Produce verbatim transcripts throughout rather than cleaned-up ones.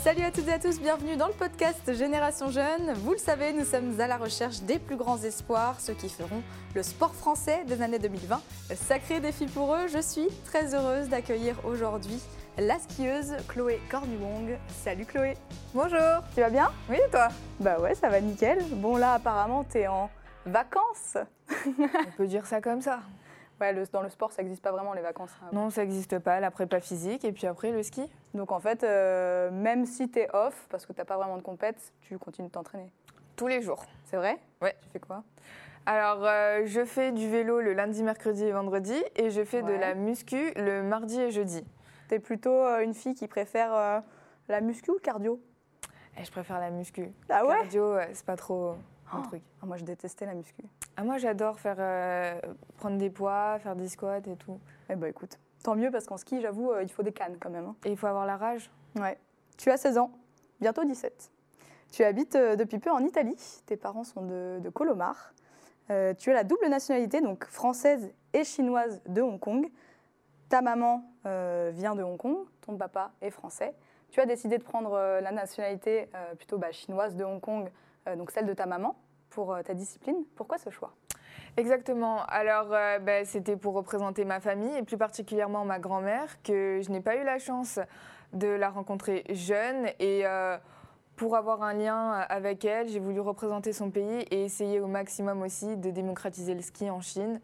Salut à toutes et à tous, bienvenue dans le podcast Génération Jeune. Vous le savez, nous sommes à la recherche des plus grands espoirs, ceux qui feront le sport français des années deux mille vingt. Sacré défi pour eux, je suis très heureuse d'accueillir aujourd'hui la skieuse Chloé Cornuong. Salut Chloé. Bonjour. Tu vas bien? Oui, et toi? Bah ouais, ça va nickel. Bon là, apparemment, t'es en vacances. On peut dire ça comme ça. Ouais, le, dans le sport, ça n'existe pas vraiment les vacances. Hein. Non, ça n'existe pas, la prépa physique et puis après le ski. Donc en fait, euh, même si t'es off, parce que t'as pas vraiment de compète, tu continues de t'entraîner. Tous les jours. C'est vrai? Ouais. Tu fais quoi? Alors, euh, je fais du vélo le lundi, mercredi et vendredi et je fais Ouais. de la muscu le mardi et jeudi. T'es plutôt euh, une fille qui préfère euh, la muscu ou le cardio? Et je préfère la muscu. Ah ouais? Cardio, ouais, c'est pas trop mon Oh. truc. Ah, moi, je détestais la muscu. Ah, moi, j'adore faire euh, prendre des poids, faire des squats et tout. Eh ben écoute, tant mieux parce qu'en ski, j'avoue, euh, il faut des cannes quand même. Hein. Et il faut avoir la rage. Ouais. Tu as seize ans, bientôt dix-sept. Tu habites euh, depuis peu en Italie. Tes parents sont de, de Colomar. Euh, tu as la double nationalité, donc française et chinoise de Hong Kong. Ta maman euh, vient de Hong Kong, ton papa est français. Tu as décidé de prendre euh, la nationalité euh, plutôt bah, chinoise de Hong Kong, euh, donc celle de ta maman, pour euh, ta discipline. Pourquoi ce choix? Exactement. Alors, euh, bah, c'était pour représenter ma famille et plus particulièrement ma grand-mère, que je n'ai pas eu la chance de la rencontrer jeune. Et euh, pour avoir un lien avec elle, j'ai voulu représenter son pays et essayer au maximum aussi de démocratiser le ski en Chine,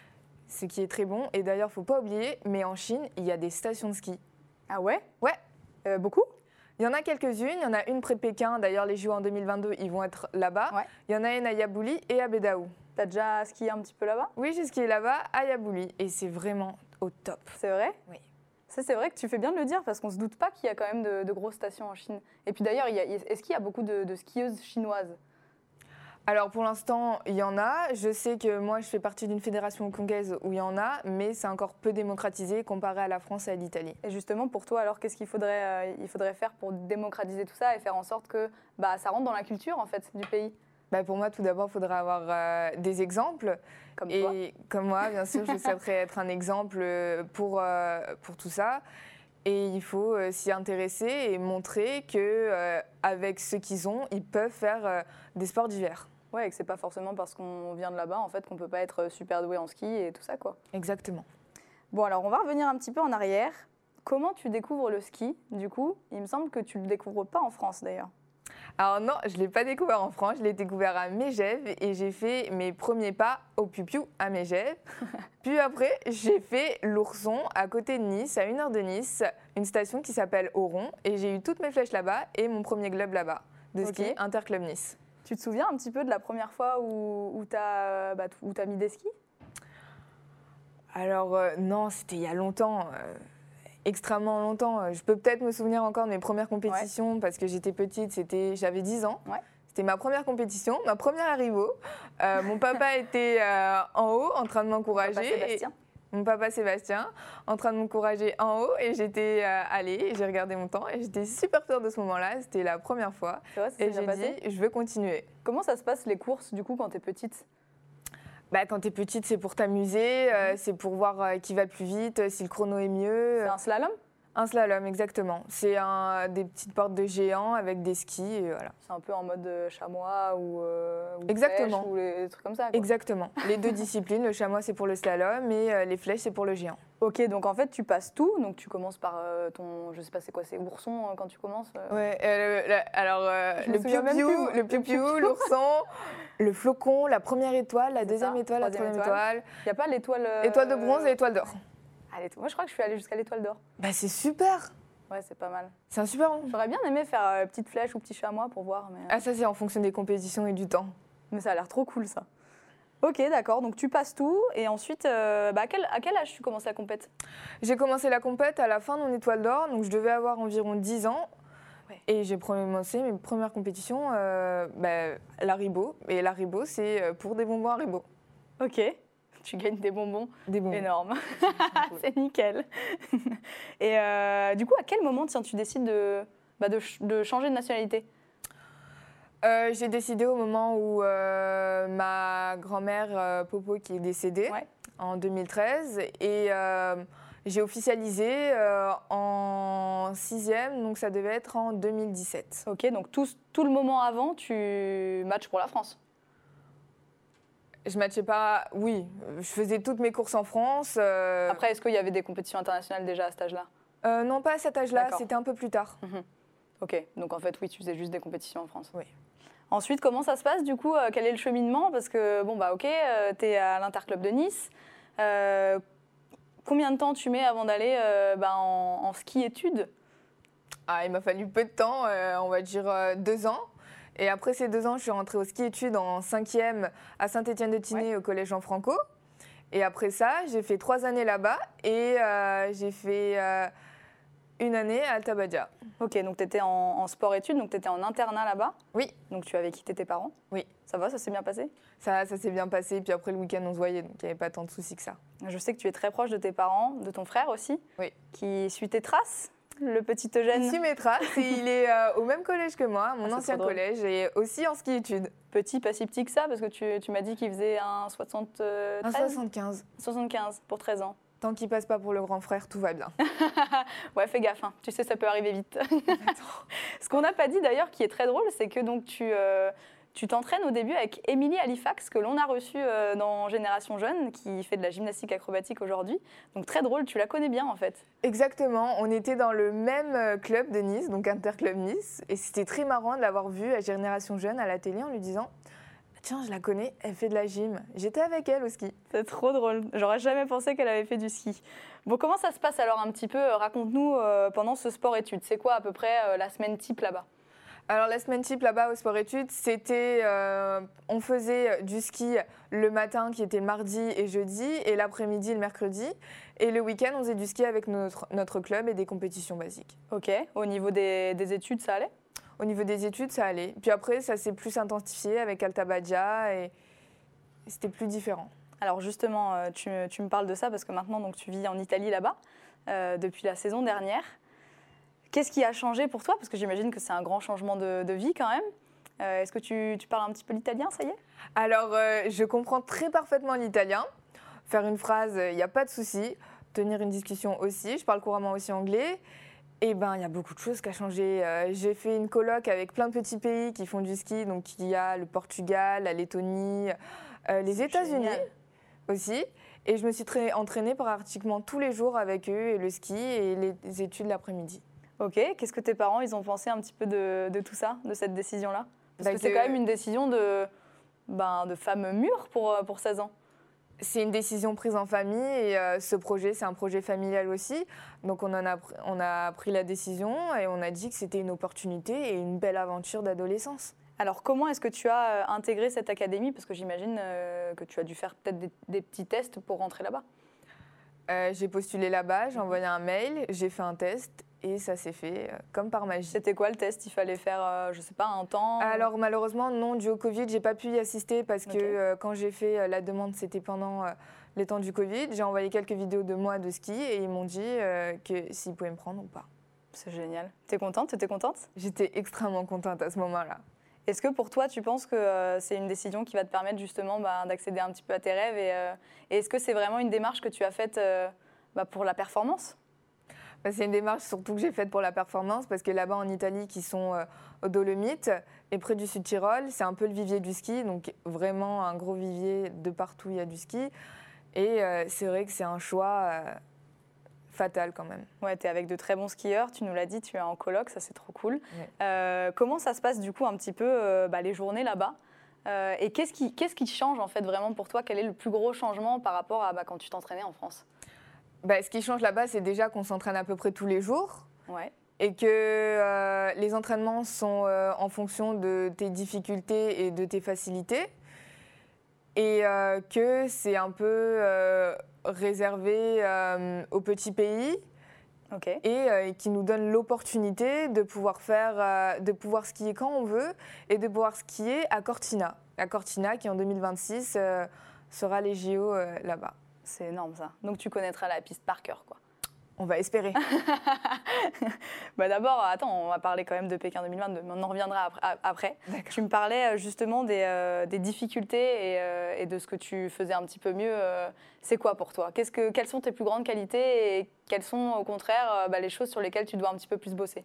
ce qui est très bon. Et d'ailleurs, il ne faut pas oublier, mais en Chine, il y a des stations de ski. Ah ouais? Ouais. Euh, beaucoup? Il y en a quelques-unes. Il y en a une près de Pékin. D'ailleurs, les J O en deux mille vingt-deux, ils vont être là-bas. Ouais. Il y en a une à Yabouli et à Bedaou. T'as déjà skié un petit peu là-bas? Oui, j'ai skié là-bas, à Yabouli. Et c'est vraiment au top. C'est vrai? Oui. Ça, c'est vrai que tu fais bien de le dire parce qu'on ne se doute pas qu'il y a quand même de, de grosses stations en Chine. Et puis d'ailleurs, il y a- est-ce qu'il y a beaucoup de, de skieuses chinoises? Alors pour l'instant, il y en a. Je sais que moi, je fais partie d'une fédération hongkongaise où il y en a, mais c'est encore peu démocratisé comparé à la France et à l'Italie. Et justement, pour toi, alors, qu'est-ce qu'il faudrait, euh, il faudrait faire pour démocratiser tout ça et faire en sorte que bah, ça rentre dans la culture en fait, du pays? Bah, pour moi, tout d'abord, il faudrait avoir euh, des exemples. Comme et toi. comme moi, bien sûr, je souhaiterais être un exemple pour, euh, pour tout ça. Et il faut euh, s'y intéresser et montrer qu'avec ce qu'ils ont, ils peuvent faire euh, des sports d'hiver. Ouais, et que c'est pas forcément parce qu'on vient de là-bas en fait qu'on peut pas être super doué en ski et tout ça quoi. Exactement. Bon, alors on va revenir un petit peu en arrière. Comment tu découvres le ski? Du coup, il me semble que tu le découvres pas en France d'ailleurs. Alors non, je ne l'ai pas découvert en France, je l'ai découvert à Megève et j'ai fait mes premiers pas au Piu-Piu à Megève. Puis après, j'ai fait l'Ourson à côté de Nice, à une heure de Nice, une station qui s'appelle Oron. Et j'ai eu toutes mes flèches là-bas et mon premier club là-bas, de ski Ok. Interclub Nice. Tu te souviens un petit peu de la première fois où, où tu as, bah, où t'as mis des skis? Alors euh, non, c'était il y a longtemps, euh, extrêmement longtemps. Je peux peut-être me souvenir encore de mes premières compétitions parce que j'étais petite, c'était, j'avais dix ans. Ouais. C'était ma première compétition, ma première arrivo. Euh, mon papa était euh, en haut en train de m'encourager. Papa Sébastien. Et mon papa Sébastien en train de m'encourager en haut et j'étais euh, allée, j'ai regardé mon temps et j'étais super fière de ce moment-là. C'était la première fois. C'est vrai, ça s'est Et bien j'ai passé? dit, je veux continuer. Comment ça se passe les courses du coup quand tu es petite? Bah, quand tu es petite, c'est pour t'amuser, euh, c'est pour voir euh, qui va le plus vite, euh, si le chrono est mieux. C'est un slalom? Un slalom, exactement. C'est un, des petites portes de géants avec des skis et voilà. C'est un peu en mode euh, chamois ou, euh, ou Exactement. flèche ou les, des trucs comme ça. Quoi. Exactement. Les deux disciplines, le chamois c'est pour le slalom et euh, les flèches c'est pour le géant. Ok, donc en fait tu passes tout, donc tu commences par euh, ton, je sais pas c'est quoi, c'est ourson euh, quand tu commences euh. Ouais, euh, le- le- alors euh, Je me le souviens même piou-piou, plus, le le piou-piou, piou-piou. l'ourson, le flocon, la première étoile, la C'est deuxième ça, étoile, la troisième troisième étoile, Il y a pas l'étoile. euh, étoile de bronze et étoile d'or. Ah, l'étoile- moi je crois que je suis allée jusqu'à l'étoile d'or. Bah c'est super. Ouais, c'est pas mal. C'est un super. J'aurais bien aimé faire euh, petite flèche ou petit chamois pour voir, mais, euh, Ah ça c'est en fonction des compétitions et du temps. mais ça a l'air trop cool ça. Ok, d'accord, donc tu passes tout et ensuite, euh, bah, à, quel, à quel âge tu commences la compète? J'ai commencé la compète à la fin de mon étoile d'or, donc je devais avoir environ dix ans. Ouais. Et j'ai commencé mes premières compétitions euh, bah, l'Haribo. Et l'Haribo, c'est euh, pour des bonbons Haribo. Ok, tu gagnes des bonbons Des bonbons. énormes. C'est nickel. Et euh, du coup, à quel moment tiens, tu décides de, bah, de, ch- de changer de nationalité? Euh, j'ai décidé au moment où euh, ma grand-mère euh, Popo qui est décédée Ouais. en deux mille treize et euh, J'ai officialisé euh, en sixième, donc ça devait être en deux mille dix-sept. Ok, donc tout, tout le moment avant, tu matches pour la France. Je matchais pas, oui, je faisais toutes mes courses en France. euh, Après, est-ce qu'il y avait des compétitions internationales déjà à cet âge-là? euh, non, pas à cet âge-là, D'accord. c'était un peu plus tard. Mhm. Ok, donc en fait, oui, tu faisais juste des compétitions en France. Oui. Ensuite, comment ça se passe du coup? euh, Quel est le cheminement? Parce que, bon, bah ok, euh, tu es à l'Interclub de Nice. Euh, combien de temps tu mets avant d'aller euh, bah, en, en ski-études? Ah, il m'a fallu peu de temps, euh, on va dire euh, deux ans. Et après ces deux ans, je suis rentrée au ski-études en cinquième à Saint-Étienne-de-Tinée Ouais. au collège Jean Franco. Et après ça, j'ai fait trois années là-bas et euh, j'ai fait euh, une année à Alta Badia. Ok, donc tu étais en, en sport-études, donc tu étais en internat là-bas. Oui. Donc tu avais quitté tes parents. Oui. Ça va, ça s'est bien passé? Ça, ça s'est bien passé. Puis après le week-end, on se voyait, donc il n'y avait pas tant de soucis que ça. Je sais que tu es très proche de tes parents, de ton frère aussi, Oui. qui suit tes traces, le petit Eugène. Il suit mes traces et il est euh, au même collège que moi, mon Ah, c'est ancien trop drôle. collège, et aussi en ski-études. Petit, pas si petit que ça, parce que tu, tu m'as dit qu'il faisait un soixante-treize, Un soixante-quinze. soixante-quinze pour treize ans. Tant qu'il passe pas pour le grand frère, tout va bien. Ouais, fais gaffe, hein. Tu sais, ça peut arriver vite. Ce qu'on n'a pas dit d'ailleurs, qui est très drôle, c'est que donc tu euh, tu t'entraînes au début avec Émilie Halifax, que l'on a reçue euh, dans Génération Jeune, qui fait de la gymnastique acrobatique aujourd'hui. Donc très drôle, tu la connais bien en fait. Exactement, on était dans le même euh, club de Nice, donc Interclub Nice, et c'était très marrant de l'avoir vue à Génération Jeune à la télé en lui disant « Tiens, je la connais, elle fait de la gym. » J'étais avec elle au ski. C'est trop drôle. J'aurais jamais pensé qu'elle avait fait du ski. Bon, comment ça se passe alors un petit peu? Raconte-nous euh, pendant ce sport-études. C'est quoi à peu près euh, la semaine type là-bas? Alors la semaine type là-bas au sport-études, c'était, euh, on faisait du ski le matin qui était mardi et jeudi, et l'après-midi le mercredi. Et le week-end, on faisait du ski avec notre, notre club et des compétitions basiques. Ok. Au niveau des, des études, ça allait? Au niveau des études, ça allait. Puis après, ça s'est plus intensifié avec Alta Badia et, et c'était plus différent. Alors justement, euh, tu, tu me parles de ça parce que maintenant donc, tu vis en Italie là-bas euh, depuis la saison dernière. Qu'est-ce qui a changé pour toi? Parce que j'imagine que c'est un grand changement de, de vie quand même. Euh, Est-ce que tu, tu parles un petit peu l'italien, ça y est? Alors, euh, je comprends très parfaitement l'italien. Faire une phrase, il n'y a pas de souci. Tenir une discussion aussi. Je parle couramment aussi anglais. Et ben, il y a beaucoup de choses qui ont changé. Euh, j'ai fait une coloc avec plein de petits pays qui font du ski. Donc, il y a le Portugal, la Lettonie, euh, les États-Unis Génial. aussi. Et je me suis très- entraînée pratiquement tous les jours avec eux, et le ski et les études l'après-midi. Ok. Qu'est-ce que tes parents, ils ont pensé un petit peu de, de tout ça, de cette décision-là? Parce Bah, que c'est que- quand même une décision de, ben, de femme mûre pour, pour seize ans. C'est une décision prise en famille et euh, ce projet, c'est un projet familial aussi. Donc on, en a, pr- on a pris la décision et on a dit que c'était une opportunité et une belle aventure d'adolescence. Alors comment est-ce que tu as euh, intégré cette académie? Parce que j'imagine euh, que tu as dû faire peut-être des, des petits tests pour rentrer là-bas. Euh, j'ai postulé là-bas, j'ai envoyé un mail, j'ai fait un test et ça s'est fait euh, comme par magie. C'était quoi le test? Il fallait faire, euh, je sais pas, un temps? Alors malheureusement, non, dû au Covid, j'ai pas pu y assister parce que Ok. euh, quand j'ai fait euh, la demande, c'était pendant euh, les temps du Covid. J'ai envoyé quelques vidéos de moi de ski et ils m'ont dit euh, que s'ils pouvaient me prendre ou pas. C'est génial. T'es contente? T'étais contente? J'étais extrêmement contente à ce moment-là. Est-ce que pour toi, tu penses que euh, c'est une décision qui va te permettre justement bah, d'accéder un petit peu à tes rêves et, euh, et est-ce que c'est vraiment une démarche que tu as faite euh, bah, pour la performance? Bah, c'est une démarche surtout que j'ai faite pour la performance parce que là-bas en Italie, qui sont euh, aux Dolomites et près du Sud-Tyrol, c'est un peu le vivier du ski, donc vraiment un gros vivier de partout il y a du ski. Et euh, c'est vrai que c'est un choix euh, fatal quand même. Ouais, tu es avec de très bons skieurs, tu nous l'as dit, tu es en coloc, ça c'est trop cool. Ouais. Euh, comment ça se passe du coup un petit peu euh, bah, les journées là-bas? Euh, et qu'est-ce qui, qu'est-ce qui change en fait vraiment pour toi? Quel est le plus gros changement par rapport à bah, quand tu t'entraînais en France? Bah, ce qui change là-bas, c'est déjà qu'on s'entraîne à peu près tous les jours. Ouais. Et que euh, les entraînements sont euh, en fonction de tes difficultés et de tes facilités. Et euh, que c'est un peu euh, réservé euh, aux petits pays. Ok. Et euh, qui nous donne l'opportunité de pouvoir faire, euh, de pouvoir skier quand on veut et de pouvoir skier à Cortina. À Cortina qui en deux mille vingt-six euh, sera les J O euh, là-bas. C'est énorme ça. Donc tu connaîtras la piste par cœur quoi. On va espérer. Bah d'abord, attends, on va parler quand même de Pékin deux mille vingt-deux, mais on en reviendra après. Tu me parlais justement des, euh, des difficultés et, euh, et de ce que tu faisais un petit peu mieux. Euh, c'est quoi pour toi? Qu'est-ce que, Quelles sont tes plus grandes qualités et quelles sont au contraire euh, bah, les choses sur lesquelles tu dois un petit peu plus bosser?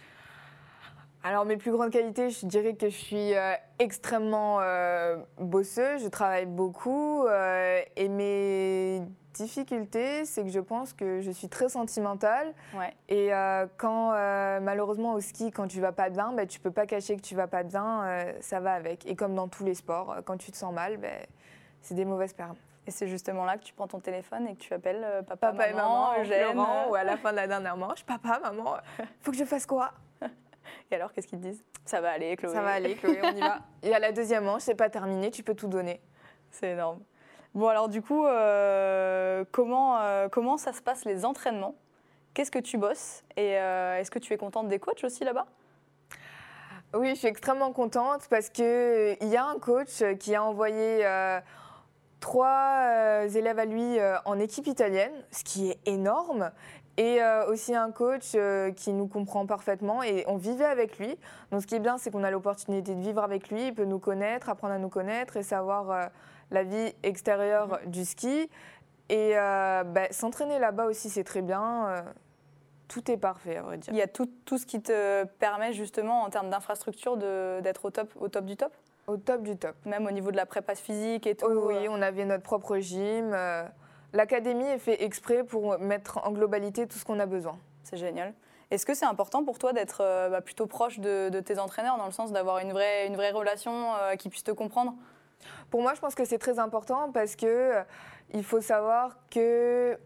Alors mes plus grandes qualités, je dirais que je suis euh, extrêmement euh, bosseuse, je travaille beaucoup euh, et mes difficulté, c'est que je pense que je suis très sentimentale. Ouais. Et euh, quand, euh, malheureusement, au ski, quand tu vas pas bien, bah, tu peux pas cacher que tu vas pas bien, euh, ça va avec. Et comme dans tous les sports, quand tu te sens mal, bah, c'est des mauvaises permes. Et c'est justement là que tu prends ton téléphone et que tu appelles euh, papa, papa maman, et maman, Eugène. Florent, ou à la fin de la dernière manche, papa, maman, faut que je fasse quoi? Et alors, qu'est-ce qu'ils te disent? Ça va aller, Chloé. Ça va aller, Chloé, on y va. Et à la deuxième manche, c'est pas terminé, tu peux tout donner. C'est énorme. Bon, alors du coup, euh, comment, euh, comment ça se passe les entraînements? Qu'est-ce que tu bosses? Et euh, est-ce que tu es contente des coachs aussi là-bas? Oui, je suis extrêmement contente parce qu'il y a un coach qui a envoyé euh, trois euh, élèves à lui euh, en équipe italienne, ce qui est énorme. Et euh, aussi un coach euh, qui nous comprend parfaitement et on vivait avec lui. Donc ce qui est bien, c'est qu'on a l'opportunité de vivre avec lui, il peut nous connaître, apprendre à nous connaître et savoir euh, la vie extérieure mmh. du ski. Et euh, bah, s'entraîner là-bas aussi, c'est très bien. Euh, tout est parfait, à vrai dire. Il y a tout, tout ce qui te permet justement en termes d'infrastructure d'être au top, au top du top? Au top du top. Même au niveau de la prépa physique et tout? Oui, oui, on avait notre propre gym. Euh, L'académie est fait exprès pour mettre en globalité tout ce qu'on a besoin. C'est génial. Est-ce que c'est important pour toi d'être euh, bah, plutôt proche de, de tes entraîneurs, dans le sens d'avoir une vraie, une vraie relation, euh, qui puisse te comprendre? Pour moi, je pense que c'est très important parce que euh, il faut savoir que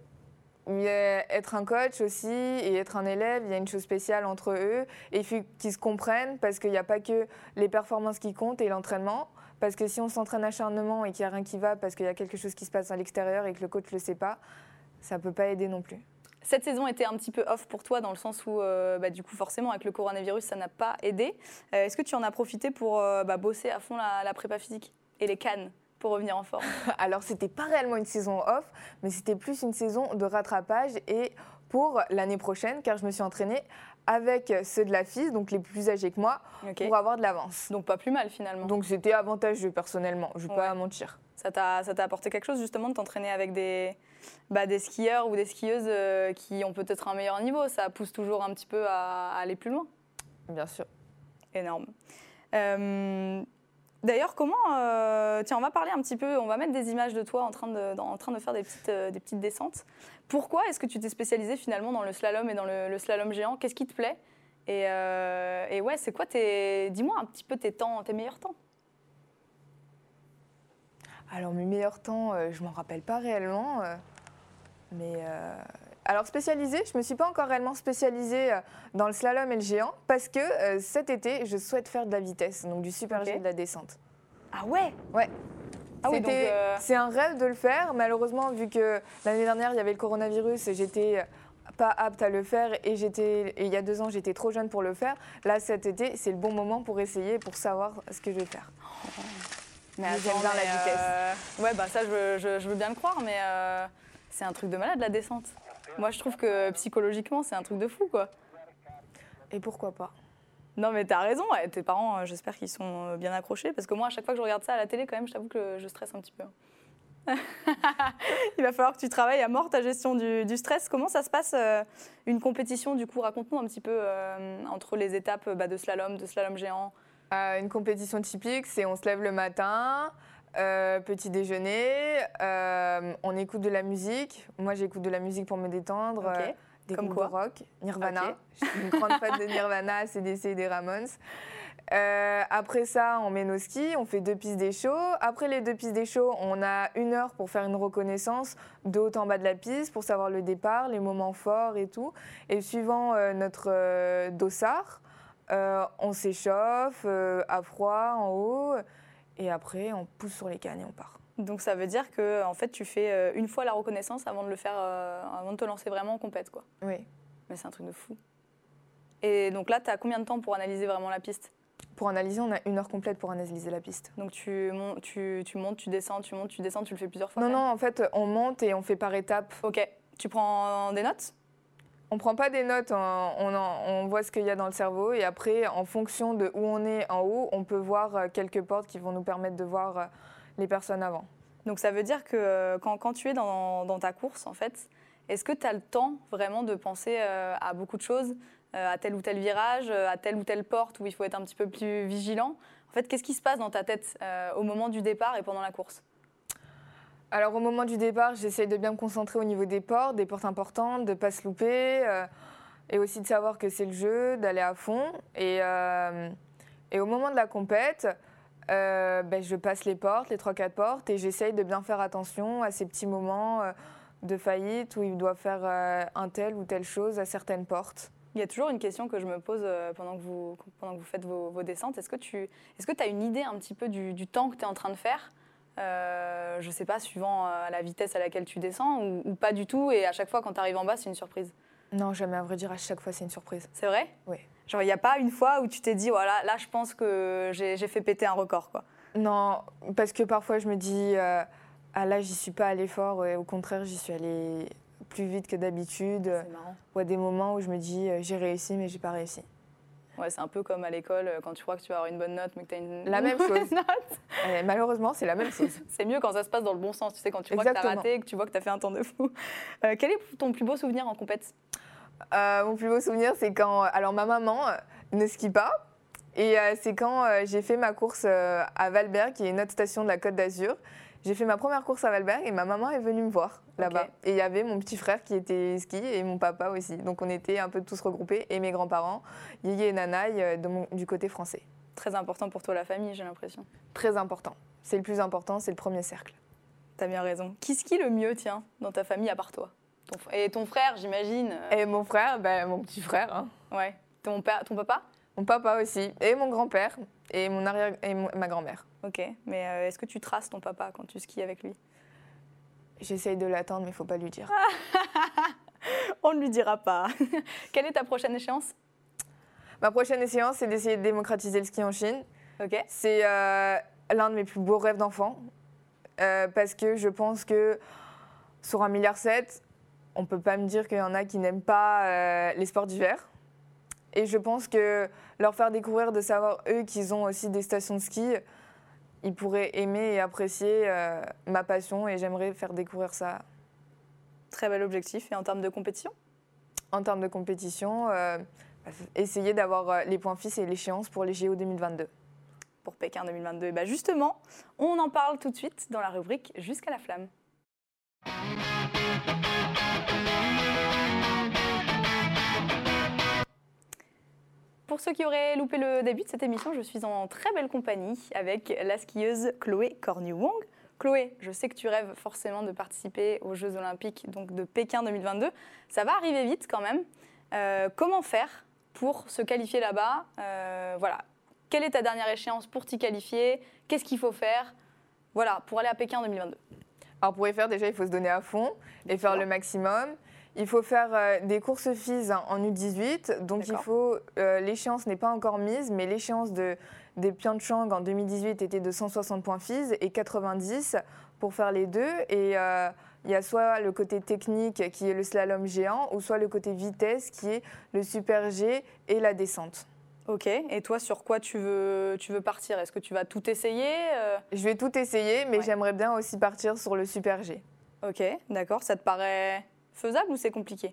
être un coach aussi et être un élève, il y a une chose spéciale entre eux. Et il faut qu'ils se comprennent parce qu'il n'y a pas que les performances qui comptent et l'entraînement. Parce que si on s'entraîne acharnement et qu'il n'y a rien qui va parce qu'il y a quelque chose qui se passe à l'extérieur et que le coach ne le sait pas, ça ne peut pas aider non plus. Cette saison était un petit peu off pour toi dans le sens où, euh, bah, du coup, forcément, avec le coronavirus, ça n'a pas aidé. Euh, Est-ce que tu en as profité pour euh, bah, bosser à fond la, la prépa physique et les cannes pour revenir en forme? Alors, c'était pas réellement une saison off, mais c'était plus une saison de rattrapage et pour l'année prochaine, car je me suis entraînée avec ceux de la F I S, donc les plus âgés que moi, okay. pour avoir de l'avance. Donc pas plus mal finalement. Donc c'était avantageux personnellement, je ne vais ouais. pas mentir. Ça t'a apporté quelque chose justement de t'entraîner avec des, bah, des skieurs ou des skieuses euh, qui ont peut-être un meilleur niveau? Ça pousse toujours un petit peu à, à aller plus loin. Bien sûr. Énorme. Euh, D'ailleurs, comment euh, tiens, on va parler un petit peu, on va mettre des images de toi en train de, en train de faire des petites, euh, des petites descentes. Pourquoi est-ce que tu t'es spécialisée finalement dans le slalom et dans le, le slalom géant? Qu'est-ce qui te plaît? Et, euh, et ouais, c'est quoi tes... Dis-moi un petit peu tes temps, tes meilleurs temps. Alors, mes meilleurs temps, euh, je ne m'en rappelle pas réellement. Euh, mais... Euh... Alors spécialisée, je ne me suis pas encore réellement spécialisée dans le slalom et le géant parce que euh, cet été, je souhaite faire de la vitesse, donc du super G okay. et de la descente. Ah ouais? Ouais. Ah oui, donc euh... C'est un rêve de le faire. Malheureusement, vu que l'année dernière, il y avait le coronavirus et j'étais pas apte à le faire et, j'étais, et il y a deux ans, j'étais trop jeune pour le faire. Là, cet été, c'est le bon moment pour essayer, pour savoir ce que je vais faire. Oh. Mais j'aime bien la vitesse. Euh... Ouais, bah ça, je, je, je veux bien le croire, mais euh, c'est un truc de malade, la descente. Moi, je trouve que psychologiquement, c'est un truc de fou, quoi. Et pourquoi pas? Non, mais t'as raison. Ouais, tes parents, j'espère qu'ils sont bien accrochés. Parce que moi, à chaque fois que je regarde ça à la télé, quand même, je t'avoue que je stresse un petit peu. Il va falloir que tu travailles à mort ta gestion du, du stress. Comment ça se passe, euh, une compétition, du coup? Raconte-nous un petit peu euh, entre les étapes bah, de slalom, de slalom géant. Euh, une compétition typique, c'est on se lève le matin... Euh, petit déjeuner, euh, on écoute de la musique. Moi, j'écoute de la musique pour me détendre. Okay. Euh, des Comme groupes quoi? de rock, Nirvana. Okay. Je suis une grande fan de Nirvana, A C D C et des Ramones. Euh, après ça, on met nos skis, on fait deux pistes des shows. Après les deux pistes des shows, on a une heure pour faire une reconnaissance de haut en bas de la piste, pour savoir le départ, les moments forts et tout. Et suivant euh, notre euh, dossard, euh, on s'échauffe euh, à froid, en haut. Et après, on pousse sur les cannes et on part. Donc ça veut dire que en fait, tu fais une fois la reconnaissance avant de le faire, euh, avant de te lancer vraiment en compète, quoi. Oui. Mais c'est un truc de fou. Et donc là, tu as combien de temps pour analyser vraiment la piste? Pour analyser, on a une heure complète pour analyser la piste. Donc tu, mon, tu, tu montes, tu descends, tu montes, tu descends, tu le fais plusieurs fois? Non, non, en fait, on monte et on fait par étapes. Ok. Tu prends des notes? On ne prend pas des notes, on, on, en, on voit ce qu'il y a dans le cerveau et après, en fonction de où on est en haut, on peut voir quelques portes qui vont nous permettre de voir les personnes avant. Donc ça veut dire que quand, quand tu es dans, dans ta course, en fait, est-ce que tu as le temps vraiment de penser euh, à beaucoup de choses, euh, à tel ou tel virage, à telle ou telle porte où il faut être un petit peu plus vigilant? En fait, qu'est-ce qui se passe dans ta tête euh, au moment du départ et pendant la course? Alors au moment du départ, j'essaye de bien me concentrer au niveau des portes, des portes importantes, de ne pas se louper, euh, et aussi de savoir que c'est le jeu, d'aller à fond. Et, euh, et au moment de la compète, euh, ben, je passe les portes, les trois quatre portes, et j'essaye de bien faire attention à ces petits moments euh, de faillite où il doit faire euh, un tel ou telle chose à certaines portes. Il y a toujours une question que je me pose euh, pendant que vous, pendant que vous faites vos, vos descentes. Est-ce que tu est-ce que tu as une idée un petit peu du, du temps que tu es en train de faire? Euh, je ne sais pas, suivant euh, la vitesse à laquelle tu descends, ou, ou pas du tout, et à chaque fois quand tu arrives en bas, c'est une surprise? Non, jamais, à vrai dire, à chaque fois c'est une surprise. C'est vrai? Oui. Genre, il n'y a pas une fois où tu t'es dit, voilà, là je pense que j'ai, j'ai fait péter un record, quoi? Non, parce que parfois je me dis, euh, ah là j'y suis pas allée fort, et au contraire j'y suis allée plus vite que d'habitude. C'est marrant. Ou à des moments où je me dis, euh, j'ai réussi mais j'ai pas réussi. Ouais, c'est un peu comme à l'école, quand tu crois que tu vas avoir une bonne note, mais que tu as une La même chose. note. Et malheureusement, c'est la même chose. C'est mieux quand ça se passe dans le bon sens, tu sais, quand tu crois que tu as raté et que tu vois que tu as fait un temps de fou. Euh, quel est ton plus beau souvenir en compète? euh, Mon plus beau souvenir, c'est quand alors ma maman euh, ne skie pas. Et euh, c'est quand euh, j'ai fait ma course euh, à Valberg, qui est une autre station de la Côte d'Azur. J'ai fait ma première course à Valberg et ma maman est venue me voir là-bas. Okay. Et il y avait mon petit frère qui était ski et mon papa aussi. Donc on était un peu tous regroupés et mes grands-parents, Yéyé et Nanaï, euh, de mon, du côté français. Très important pour toi la famille, j'ai l'impression. Très important. C'est le plus important, c'est le premier cercle. T'as bien raison. Qui skie le mieux, tiens, dans ta famille à part toi? ton, Et ton frère, j'imagine. Et mon frère, ben, mon petit frère. Hein. Ouais. Ton, père, ton papa? Mon papa aussi. Et mon grand-père et, mon arrière, et mon, ma grand-mère. Ok, mais euh, est-ce que tu traces ton papa quand tu skis avec lui? J'essaye de l'attendre, mais il ne faut pas lui dire. On ne lui dira pas. Quelle est ta prochaine échéance? Ma prochaine échéance, c'est d'essayer de démocratiser le ski en Chine. Ok. C'est euh, l'un de mes plus beaux rêves d'enfant, euh, parce que je pense que sur un milliard sept, on ne peut pas me dire qu'il y en a qui n'aiment pas euh, les sports d'hiver. Et je pense que leur faire découvrir, de savoir eux qu'ils ont aussi des stations de ski, ils pourraient aimer et apprécier euh, ma passion, et j'aimerais faire découvrir ça. Très bel objectif. Et en termes de compétition? En termes de compétition, euh, essayer d'avoir les points fixes et l'échéance pour les J O deux mille vingt-deux. Pour Pékin deux mille vingt-deux. Et bah justement, on en parle tout de suite dans la rubrique Jusqu'à la flamme. Pour ceux qui auraient loupé le début de cette émission, je suis en très belle compagnie avec la skieuse Chloé Cornu-Wong. Chloé, je sais que tu rêves forcément de participer aux Jeux Olympiques donc de Pékin deux mille vingt-deux. Ça va arriver vite quand même. Euh, comment faire pour se qualifier là-bas? euh, Voilà. Quelle est ta dernière échéance pour t'y qualifier? Qu'est-ce qu'il faut faire? Voilà, pour aller à Pékin deux mille vingt-deux. Alors pour y faire, déjà, il faut se donner à fond et faire le maximum. Il faut faire euh, des courses F I S en U dix-huit. Donc il faut, euh, l'échéance n'est pas encore mise, mais l'échéance de, des Pyeongchang en deux mille dix-huit était de cent soixante points F I S et quatre-vingt-dix pour faire les deux. Et euh, il y a soit le côté technique qui est le slalom géant, ou soit le côté vitesse qui est le super G et la descente. Ok, et toi, sur quoi tu veux, tu veux partir? Est-ce que tu vas tout essayer? euh... Je vais tout essayer, mais ouais. J'aimerais bien aussi partir sur le super G. Ok, d'accord. Ça te paraît faisable ou c'est compliqué?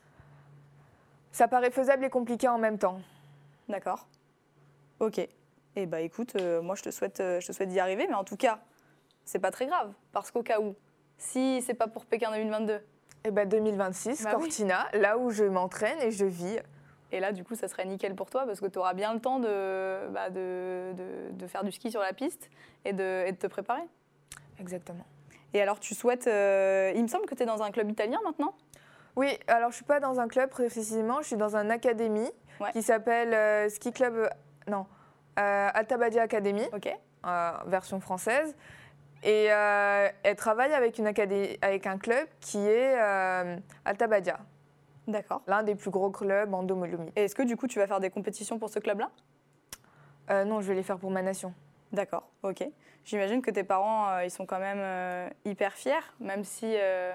Ça paraît faisable et compliqué en même temps. D'accord. Ok. Eh bien, écoute, euh, moi, je te souhaite, euh, je te souhaite d'y arriver, mais en tout cas, c'est pas très grave, parce qu'au cas où, si c'est pas pour Pékin deux mille vingt-deux... Eh bien, deux mille vingt-six, bah Cortina, oui. Là où je m'entraîne et je vis. Et là, du coup, ça serait nickel pour toi, parce que tu auras bien le temps de, bah, de, de, de faire du ski sur la piste et de, et de te préparer. Exactement. Et alors, tu souhaites... Euh, il me semble que tu es dans un club italien maintenant? Oui, alors je ne suis pas dans un club précisément, je suis dans une académie ouais. qui s'appelle euh, Ski Club... Euh, non, euh, Alta Badia Academy, okay. euh, version française. Et euh, elle travaille avec, une acadé- avec un club qui est euh, Alta Badia. D'accord. L'un des plus gros clubs en Dolomites. Et est-ce que du coup, tu vas faire des compétitions pour ce club-là? euh, Non, je vais les faire pour ma nation. D'accord, ok. J'imagine que tes parents, euh, ils sont quand même euh, hyper fiers, même si... Euh...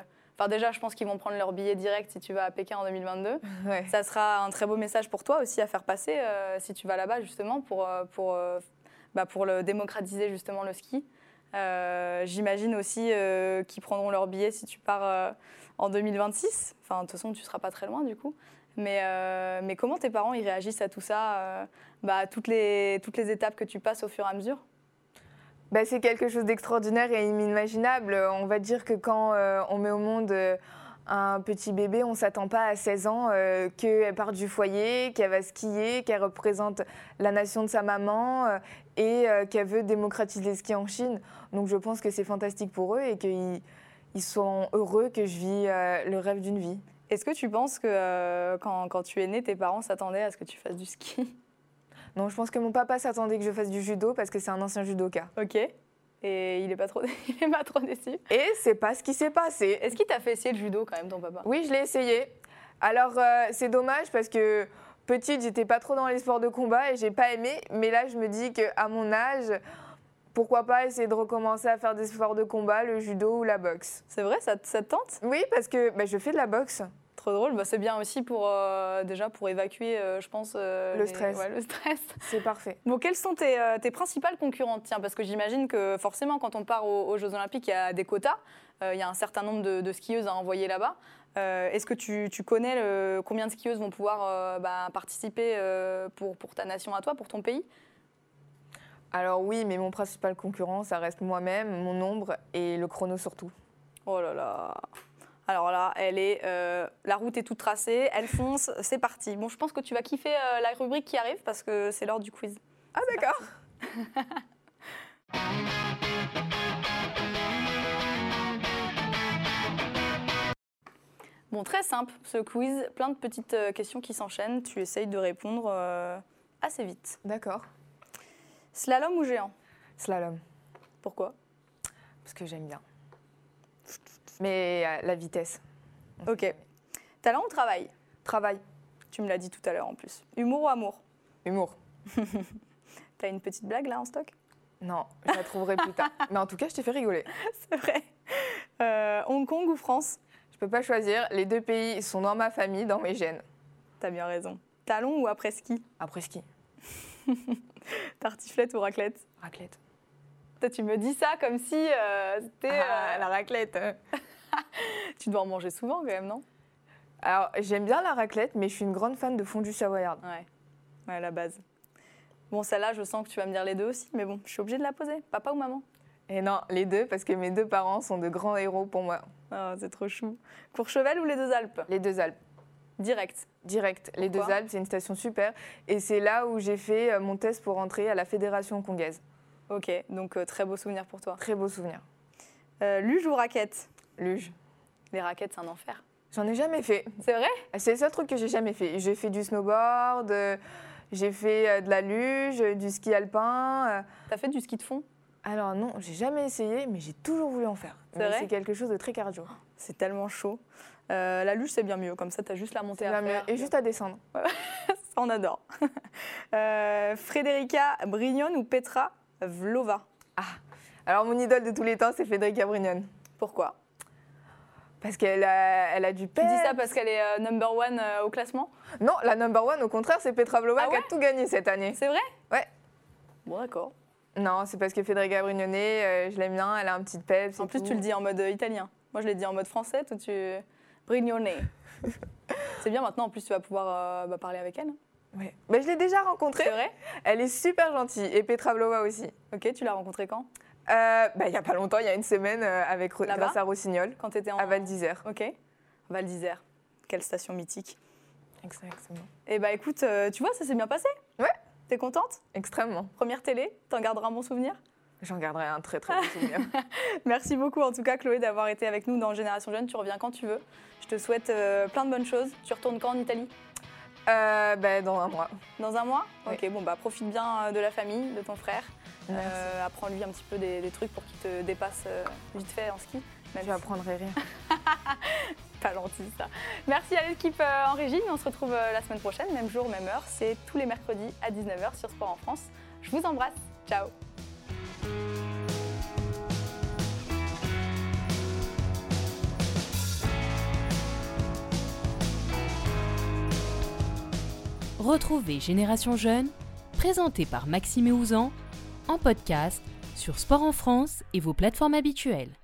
Enfin, déjà, je pense qu'ils vont prendre leur billet direct si tu vas à Pékin en deux mille vingt-deux. Ouais. Ça sera un très beau message pour toi aussi à faire passer euh, si tu vas là-bas, justement, pour, euh, pour, euh, bah, pour le démocratiser, justement, le ski. Euh, j'imagine aussi euh, qu'ils prendront leur billet si tu pars euh, en deux mille vingt-six. Enfin, de toute façon, tu ne seras pas très loin, du coup. Mais, euh, mais comment tes parents ils réagissent à tout ça, euh, bah, à toutes les, toutes les étapes que tu passes au fur et à mesure? Bah, c'est quelque chose d'extraordinaire et inimaginable. On va dire que quand euh, on met au monde euh, un petit bébé, on ne s'attend pas à seize ans euh, qu'elle parte du foyer, qu'elle va skier, qu'elle représente la nation de sa maman euh, et euh, qu'elle veut démocratiser le ski en Chine. Donc je pense que c'est fantastique pour eux et qu'ils ils sont heureux que je vis euh, le rêve d'une vie. Est-ce que tu penses que euh, quand, quand tu es née, tes parents s'attendaient à ce que tu fasses du ski? Non, je pense que mon papa s'attendait que je fasse du judo parce que c'est un ancien judoka. Ok. Et il n'est pas, trop... il est pas trop déçu. Et c'est pas ce qui s'est passé. Est-ce qu'il t'a fait essayer le judo quand même, ton papa? Oui, je l'ai essayé. Alors, euh, c'est dommage parce que petite, j'étais pas trop dans les sports de combat et j'ai pas aimé. Mais là, je me dis qu'à mon âge, pourquoi pas essayer de recommencer à faire des sports de combat, le judo ou la boxe. C'est vrai, ça, ça te tente? Oui, parce que bah, je fais de la boxe. Trop drôle, bah, c'est bien aussi pour, euh, déjà pour évacuer, euh, je pense, euh, Le les- stress. ouais, le stress. C'est parfait. Bon, quelles sont tes, euh, tes principales concurrentes? Tiens, parce que j'imagine que forcément, quand on part aux, aux Jeux Olympiques, il y a des quotas. Euh, il y a un certain nombre de, de skieuses à envoyer là-bas. Euh, Est-ce que tu, tu connais le, combien de skieuses vont pouvoir euh, bah, participer euh, pour, pour ta nation à toi, pour ton pays? Alors oui, mais mon principal concurrent, ça reste moi-même, mon ombre et le chrono surtout. Oh là là. Alors là, elle est, euh, la route est toute tracée, elle fonce, c'est parti. Bon, je pense que tu vas kiffer euh, la rubrique qui arrive parce que c'est l'heure du quiz. Ah d'accord. Bon, très simple, ce quiz, plein de petites euh, questions qui s'enchaînent. Tu essayes de répondre euh, assez vite. D'accord. Slalom ou géant? Slalom, Pourquoi? parce que j'aime bien. Mais euh, la vitesse. Ok. Talent ou travail? Travail, Tu me l'as dit tout à l'heure en plus. Humour ou amour? humour. T'as une petite blague là en stock? Non, je la trouverai plus tard. Mais en tout cas, je t'ai fait rigoler. C'est vrai. Euh, Hong Kong ou France? Je peux pas choisir. Les deux pays sont dans ma famille, dans mes gènes. T'as bien raison. Talon ou après-ski? Après ski, Tartiflette ou raclette? raclette. Toi, tu me dis ça comme si euh, c'était... Ah, euh, la raclette. hein. Tu dois en manger souvent quand même, non? Alors, j'aime bien la raclette, mais je suis une grande fan de fondue savoyarde. Ouais. Ouais, la base. Bon, celle-là, je sens que tu vas me dire les deux aussi, mais bon, je suis obligée de la poser. Papa ou maman? Et non, les deux, parce que mes deux parents sont de grands héros pour moi. Ah, c'est trop chou. Courchevel ou les deux Alpes? Les deux Alpes, Direct. direct. Les deux Pourquoi Alpes, c'est une station super. Et c'est là où j'ai fait euh, mon test pour entrer à la Fédération hongkongaise. Ok, donc euh, très beau souvenir pour toi. Très beau souvenir. Euh, luge ou raquette? Luge. Les raquettes, c'est un enfer. J'en ai jamais fait. C'est vrai? C'est le seul truc que j'ai jamais fait. J'ai fait du snowboard, euh, j'ai fait euh, de la luge, euh, du ski alpin. euh. T'as fait du ski de fond? Alors non, j'ai jamais essayé, mais j'ai toujours voulu en faire. C'est Mais vrai c'est quelque chose de très cardio. C'est tellement chaud. Euh, la luge, c'est bien mieux. Comme ça, t'as juste la montée à Bien mieux. faire. Et juste à descendre. Ça, on adore. Euh, Frédérica Brignone ou Petra Vlova? Alors mon idole de tous les temps, c'est Federica Brignone. Pourquoi? Parce qu'elle a, elle a du Tu pep. dis ça parce qu'elle est euh, number one euh, au classement? Non, la number one, au contraire, c'est Petra Vlova Ah qui a ouais tout gagné cette année. C'est vrai? Ouais. Bon, d'accord. Non, c'est parce que Federica Brignone, euh, je l'aime bien, elle a un petit pep. En plus, tu le dis en mode euh, italien. Moi, je l'ai dit en mode français. Toi, tu... Brignone. C'est bien, maintenant, en plus, tu vas pouvoir euh, bah, parler avec elle. Ouais. Mais je l'ai déjà rencontrée. C'est vrai? Elle est super gentille. Et Petra Vlova aussi. Ok, tu l'as rencontrée quand? Euh, bah, il n'y a pas longtemps, il y a une semaine, euh, avec, Là-bas grâce à Rossignol, Quand tu étais en... à Val d'Isère. Ok. Val d'Isère. Quelle station mythique. Exactement. Eh bah écoute, euh, tu vois, ça s'est bien passé. Ouais. T'es contente? Extrêmement. Première télé, t'en garderas un bon souvenir? J'en garderai un très très bon souvenir. Merci beaucoup en tout cas Chloé d'avoir été avec nous dans Génération Jeune. Tu reviens quand tu veux. Je te souhaite euh, plein de bonnes choses. Tu retournes quand en Italie? euh, bah, dans un mois. Dans un mois? Oui. Ok, bon bah profite bien euh, de la famille, de ton frère. Merci. Euh, apprends-lui un petit peu des, des trucs pour qu'il te dépasse euh, vite fait en ski. Même Je n'apprendrai rien. si- Pas gentil ça. Merci à l'équipe euh, en régie. On se retrouve euh, la semaine prochaine, même jour, même heure. C'est tous les mercredis à dix-neuf heures sur Sport en France. Je vous embrasse. Ciao. Retrouvez Génération Jeune, présenté par Maxime et Ouzan, en podcast sur Sport en France et vos plateformes habituelles.